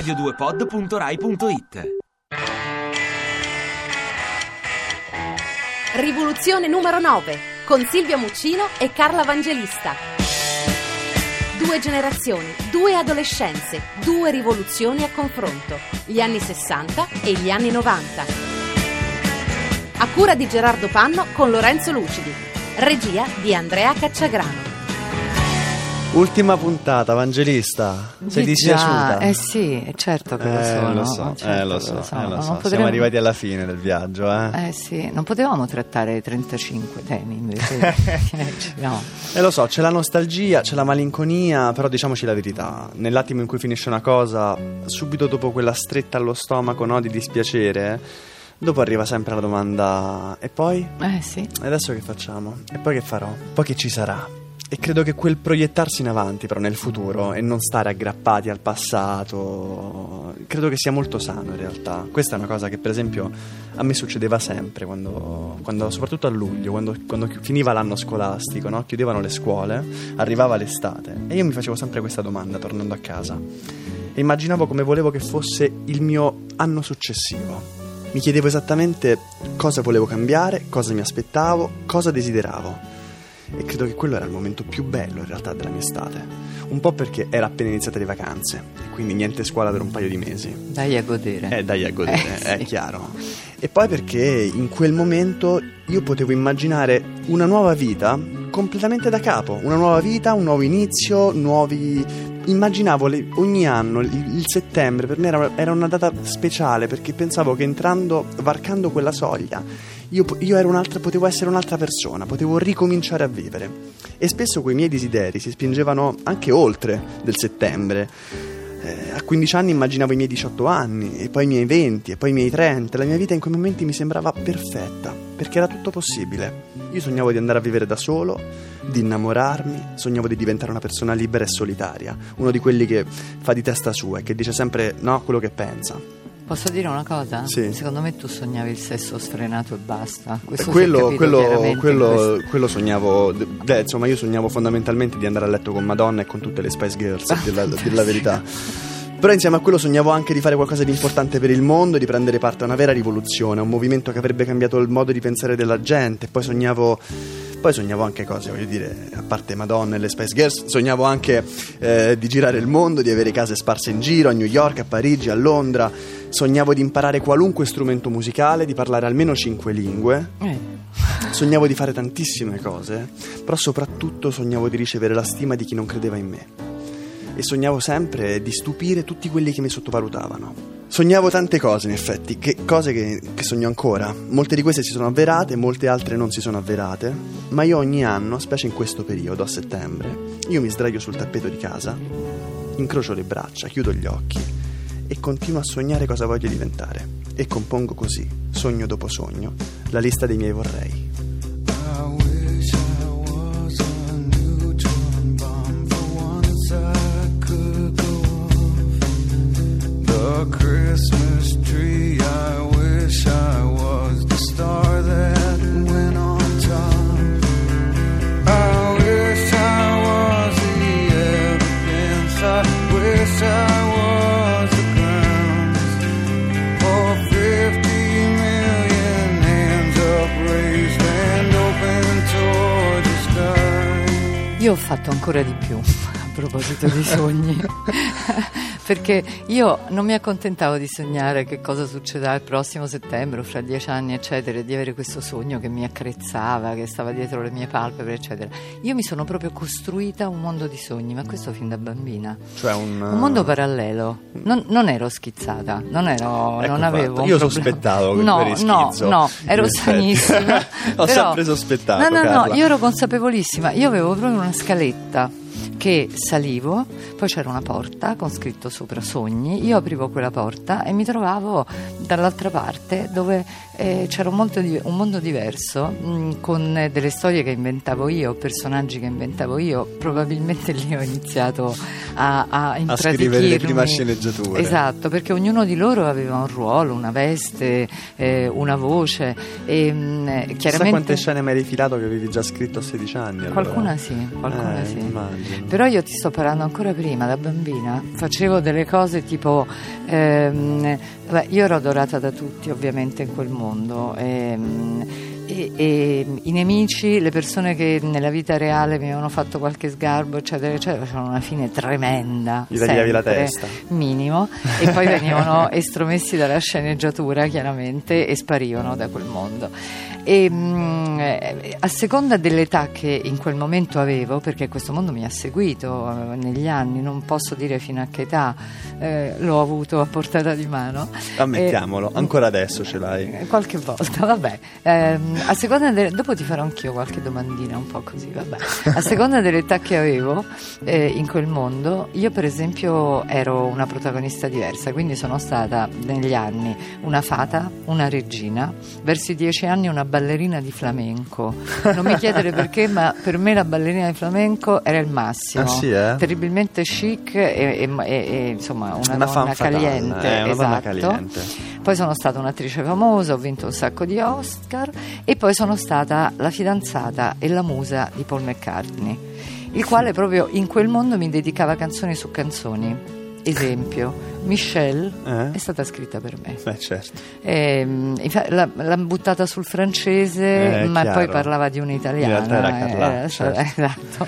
radio2pod.rai.it. Rivoluzione numero 9 con Silvia Muccino e Carla Vangelista. 2 generazioni, 2 adolescenze, 2 rivoluzioni a confronto. Gli anni 60 e gli anni 90. A cura di Gerardo Panno con Lorenzo Lucidi. Regia di Andrea Cacciagrano. Ultima puntata, Vangelista. Sei dispiaciuta? Sì, certo che lo sono. Lo so. Potremmo... Siamo arrivati alla fine del viaggio, sì, non potevamo trattare 35 temi invece. No. Lo so, c'è la nostalgia, c'è la malinconia, però diciamoci la verità. Nell'attimo in cui finisce una cosa, subito dopo quella stretta allo stomaco, no, di dispiacere, dopo arriva sempre la domanda: e poi? Sì. E adesso che facciamo? E poi che farò? Poi che ci sarà? E credo che quel proiettarsi in avanti però nel futuro e non stare aggrappati al passato, credo che sia molto sano in realtà. Questa è una cosa che per esempio a me succedeva sempre quando soprattutto a luglio, quando finiva l'anno scolastico, no? Chiudevano le scuole, arrivava l'estate e io mi facevo sempre questa domanda tornando a casa e immaginavo come volevo che fosse il mio anno successivo. Mi chiedevo esattamente cosa volevo cambiare, cosa mi aspettavo, cosa desideravo. E credo che quello era il momento più bello in realtà della mia estate. Un po' perché era appena iniziate le vacanze e quindi niente scuola per un paio di mesi. Dai a godere, è sì. chiaro. E poi perché in quel momento io potevo immaginare una nuova vita completamente da capo. Una nuova vita, un nuovo inizio, immaginavo ogni anno il settembre per me era una data speciale, perché pensavo che varcando quella soglia io potevo essere un'altra persona, potevo ricominciare a vivere. E spesso quei miei desideri si spingevano anche oltre del settembre. A 15 anni immaginavo i miei 18 anni, e poi i miei 20, e poi i miei 30. La mia vita in quei momenti mi sembrava perfetta, perché era tutto possibile. Io sognavo di andare a vivere da solo, di innamorarmi, sognavo di diventare una persona libera e solitaria, uno di quelli che fa di testa sua e che dice sempre no quello che pensa. Posso dire una cosa? Sì. Secondo me tu sognavi il sesso sfrenato e basta. Quello sognavo. Insomma, io sognavo fondamentalmente di andare a letto con Madonna e con tutte le Spice Girls, a dir la verità. Però insieme a quello sognavo anche di fare qualcosa di importante per il mondo, di prendere parte a una vera rivoluzione, a un movimento che avrebbe cambiato il modo di pensare della gente. Poi sognavo anche cose, voglio dire, a parte Madonna e le Spice Girls, sognavo anche di girare il mondo, di avere case sparse in giro, a New York, a Parigi, a Londra. Sognavo di imparare qualunque strumento musicale, di parlare almeno 5 lingue. Sognavo di fare tantissime cose, però soprattutto sognavo di ricevere la stima di chi non credeva in me. E sognavo sempre di stupire tutti quelli che mi sottovalutavano. Sognavo tante cose, in effetti, cose che sogno ancora. Molte di queste si sono avverate, molte altre non si sono avverate. Ma io ogni anno, specie in questo periodo, a settembre, io mi sdraio sul tappeto di casa, incrocio le braccia, chiudo gli occhi e continuo a sognare cosa voglio diventare. E compongo così, sogno dopo sogno, la lista dei miei vorrei. Christmas tree, I wish I was the star that went on top. I wish I was the evidence, I wish I was the ground for 50 million hands upraised and open toward the sky. Io ho fatto ancora di più a proposito dei sogni. Perché io non mi accontentavo di sognare che cosa succederà il prossimo settembre o fra 10 anni eccetera, di avere questo sogno che mi accarezzava, che stava dietro le mie palpebre eccetera. Io mi sono proprio costruita un mondo di sogni, ma questo fin da bambina, cioè un mondo parallelo. Non ero schizzata, non avevo un io problema. Sospettavo che tu eri schizzo. No, ero sanissima. Ho sempre sospettato. No, io ero consapevolissima. Io avevo proprio una scaletta che salivo, poi c'era una porta con scritto sopra sogni, io aprivo quella porta e mi trovavo dall'altra parte dove c'era un mondo diverso, con delle storie che inventavo io, personaggi che inventavo io. Probabilmente lì ho iniziato a scrivere le prime sceneggiature. Esatto, perché ognuno di loro aveva un ruolo, una veste, una voce e chiaramente... Chissà quante scene mi hai rifilato che avevi già scritto a 16 anni allora. Qualcuna sì. Immagino. Però io ti sto parlando ancora prima, da bambina facevo delle cose tipo vabbè, io ero adorata da tutti ovviamente in quel mondo, e i nemici, le persone che nella vita reale mi avevano fatto qualche sgarbo eccetera eccetera, facevano una fine tremenda, Gli tagliavi la sempre, testa. minimo, e poi venivano estromessi dalla sceneggiatura chiaramente e sparivano da quel mondo. E a seconda dell'età che in quel momento avevo, perché questo mondo mi ha seguito negli anni, non posso dire fino a che età l'ho avuto a portata di mano, Ammettiamolo, ancora adesso ce l'hai. qualche volta, vabbè, a seconda dopo ti farò anch'io qualche domandina un po' così, vabbè. A seconda dell'età che avevo in quel mondo, io per esempio ero una protagonista diversa, quindi sono stata negli anni una fata, una regina, verso i 10 anni una ballerina di flamenco. Non mi chiedere perché, ma per me la ballerina di flamenco era il massimo. Ah, sì, eh? Terribilmente chic e insomma una donna femme fatale, caliente, una donna esatto. caliente. Poi sono stata un'attrice famosa, ho vinto un sacco di Oscar, e poi sono stata la fidanzata e la musa di Paul McCartney, il quale proprio in quel mondo mi dedicava canzoni su canzoni. Esempio, Michelle è stata scritta per me. Beh, certo. L'ha buttata sul francese, ma chiaro. poi parlava di un'italiana. In realtà era Carla, certo. Esatto.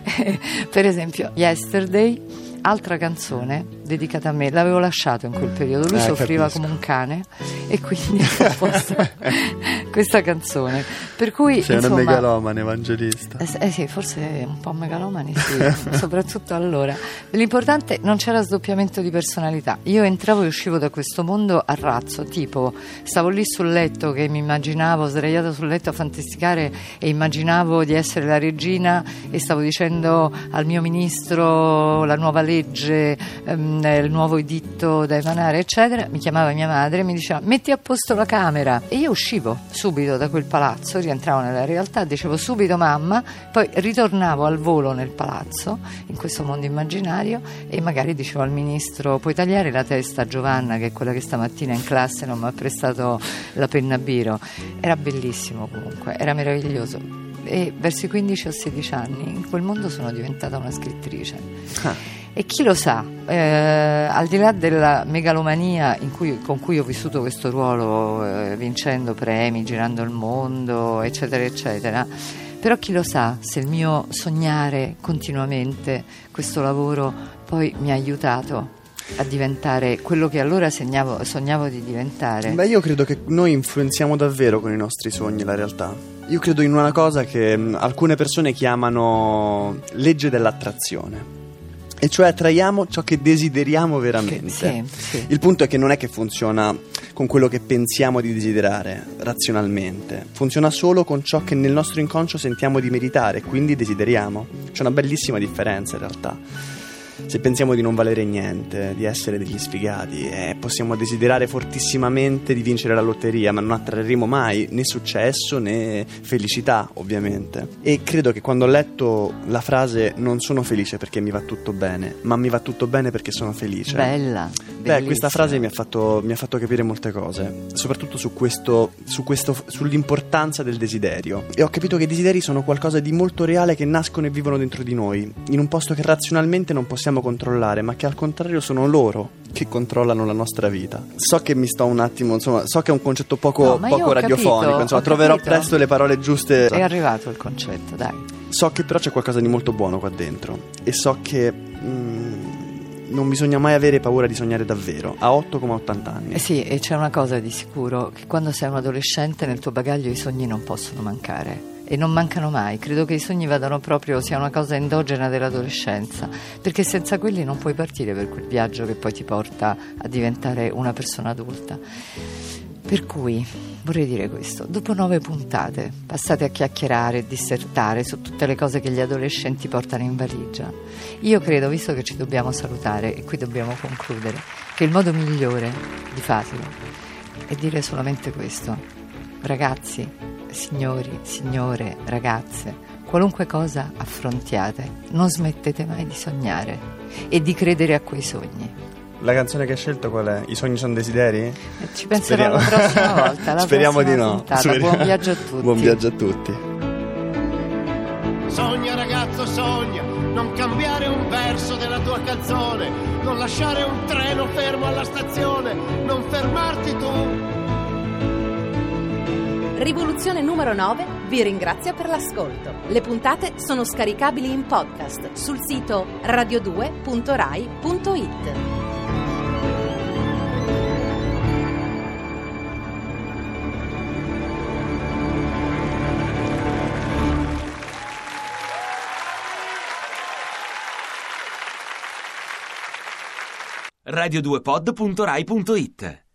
Per esempio, Yesterday, altra canzone dedicata a me, l'avevo lasciato in quel periodo, lui soffriva capisco. come un cane e quindi ho composto questa canzone, per cui Sei insomma, una megalomane, Evangelista. sì, forse un po' megalomani, sì, soprattutto allora. L'importante, non c'era sdoppiamento di personalità, io entravo e uscivo da questo mondo a razzo, tipo stavo lì sul letto che mi immaginavo sdraiata sul letto a fantasticare e immaginavo di essere la regina e stavo dicendo al mio ministro la nuova legge, il nuovo editto da emanare eccetera, mi chiamava mia madre e mi diceva metti a posto la camera, e io uscivo subito da quel palazzo, rientravo nella realtà, dicevo subito mamma, poi ritornavo al volo nel palazzo, in questo mondo immaginario, e magari dicevo al ministro puoi tagliare la testa a Giovanna, che è quella che stamattina in classe non mi ha prestato la penna biro. Era bellissimo, comunque era meraviglioso, e verso i 15 o 16 anni in quel mondo sono diventata una scrittrice. E chi lo sa, al di là della megalomania con cui ho vissuto questo ruolo, vincendo premi, girando il mondo, eccetera, eccetera, però chi lo sa se il mio sognare continuamente questo lavoro poi mi ha aiutato a diventare quello che allora sognavo di diventare. Beh, io credo che noi influenziamo davvero con i nostri sogni la realtà. Io credo in una cosa che alcune persone chiamano legge dell'attrazione. E cioè attraiamo ciò che desideriamo veramente. Sì. Il punto è che non è che funziona con quello che pensiamo di desiderare razionalmente, funziona solo con ciò che nel nostro inconscio sentiamo di meritare e quindi desideriamo. C'è una bellissima differenza in realtà. Se pensiamo di non valere niente, di essere degli sfigati, possiamo desiderare fortissimamente di vincere la lotteria, ma non attrarremo mai né successo né felicità, ovviamente. E credo che quando ho letto la frase non sono felice perché mi va tutto bene, ma mi va tutto bene perché sono felice. Bella. Beh, questa frase mi ha fatto capire molte cose, soprattutto sull'importanza del desiderio. E ho capito che i desideri sono qualcosa di molto reale, che nascono e vivono dentro di noi, in un posto che razionalmente non possiamo controllare, ma che al contrario sono loro che controllano la nostra vita. So che mi sto un attimo, insomma, so che è un concetto poco radiofonico, insomma, troverò presto le parole giuste. È arrivato il concetto, dai. So che però c'è qualcosa di molto buono qua dentro e so che non bisogna mai avere paura di sognare davvero, a 8 come a 80 anni. Sì, e c'è una cosa di sicuro, che quando sei un adolescente nel tuo bagaglio i sogni non possono mancare. E non mancano mai, credo che i sogni vadano proprio, sia una cosa endogena dell'adolescenza, perché senza quelli non puoi partire per quel viaggio che poi ti porta a diventare una persona adulta. Per cui vorrei dire questo: dopo 9 puntate passate a chiacchierare e dissertare su tutte le cose che gli adolescenti portano in valigia, io credo, visto che ci dobbiamo salutare e qui dobbiamo concludere, che il modo migliore di farlo è dire solamente questo: ragazzi, signori, signore, ragazze, qualunque cosa affrontiate, non smettete mai di sognare e di credere a quei sogni. La canzone che hai scelto qual è? I sogni sono desideri? Ci penserò la prossima volta. Speriamo di no. Buon viaggio a tutti. Buon viaggio a tutti. Sogna ragazzo, sogna, non cambiare un verso della tua canzone, non lasciare un treno fermo alla stazione, non fermarti tu. Rivoluzione numero 9 vi ringrazia per l'ascolto. Le puntate sono scaricabili in podcast sul sito radio2.rai.it. radio2pod.rai.it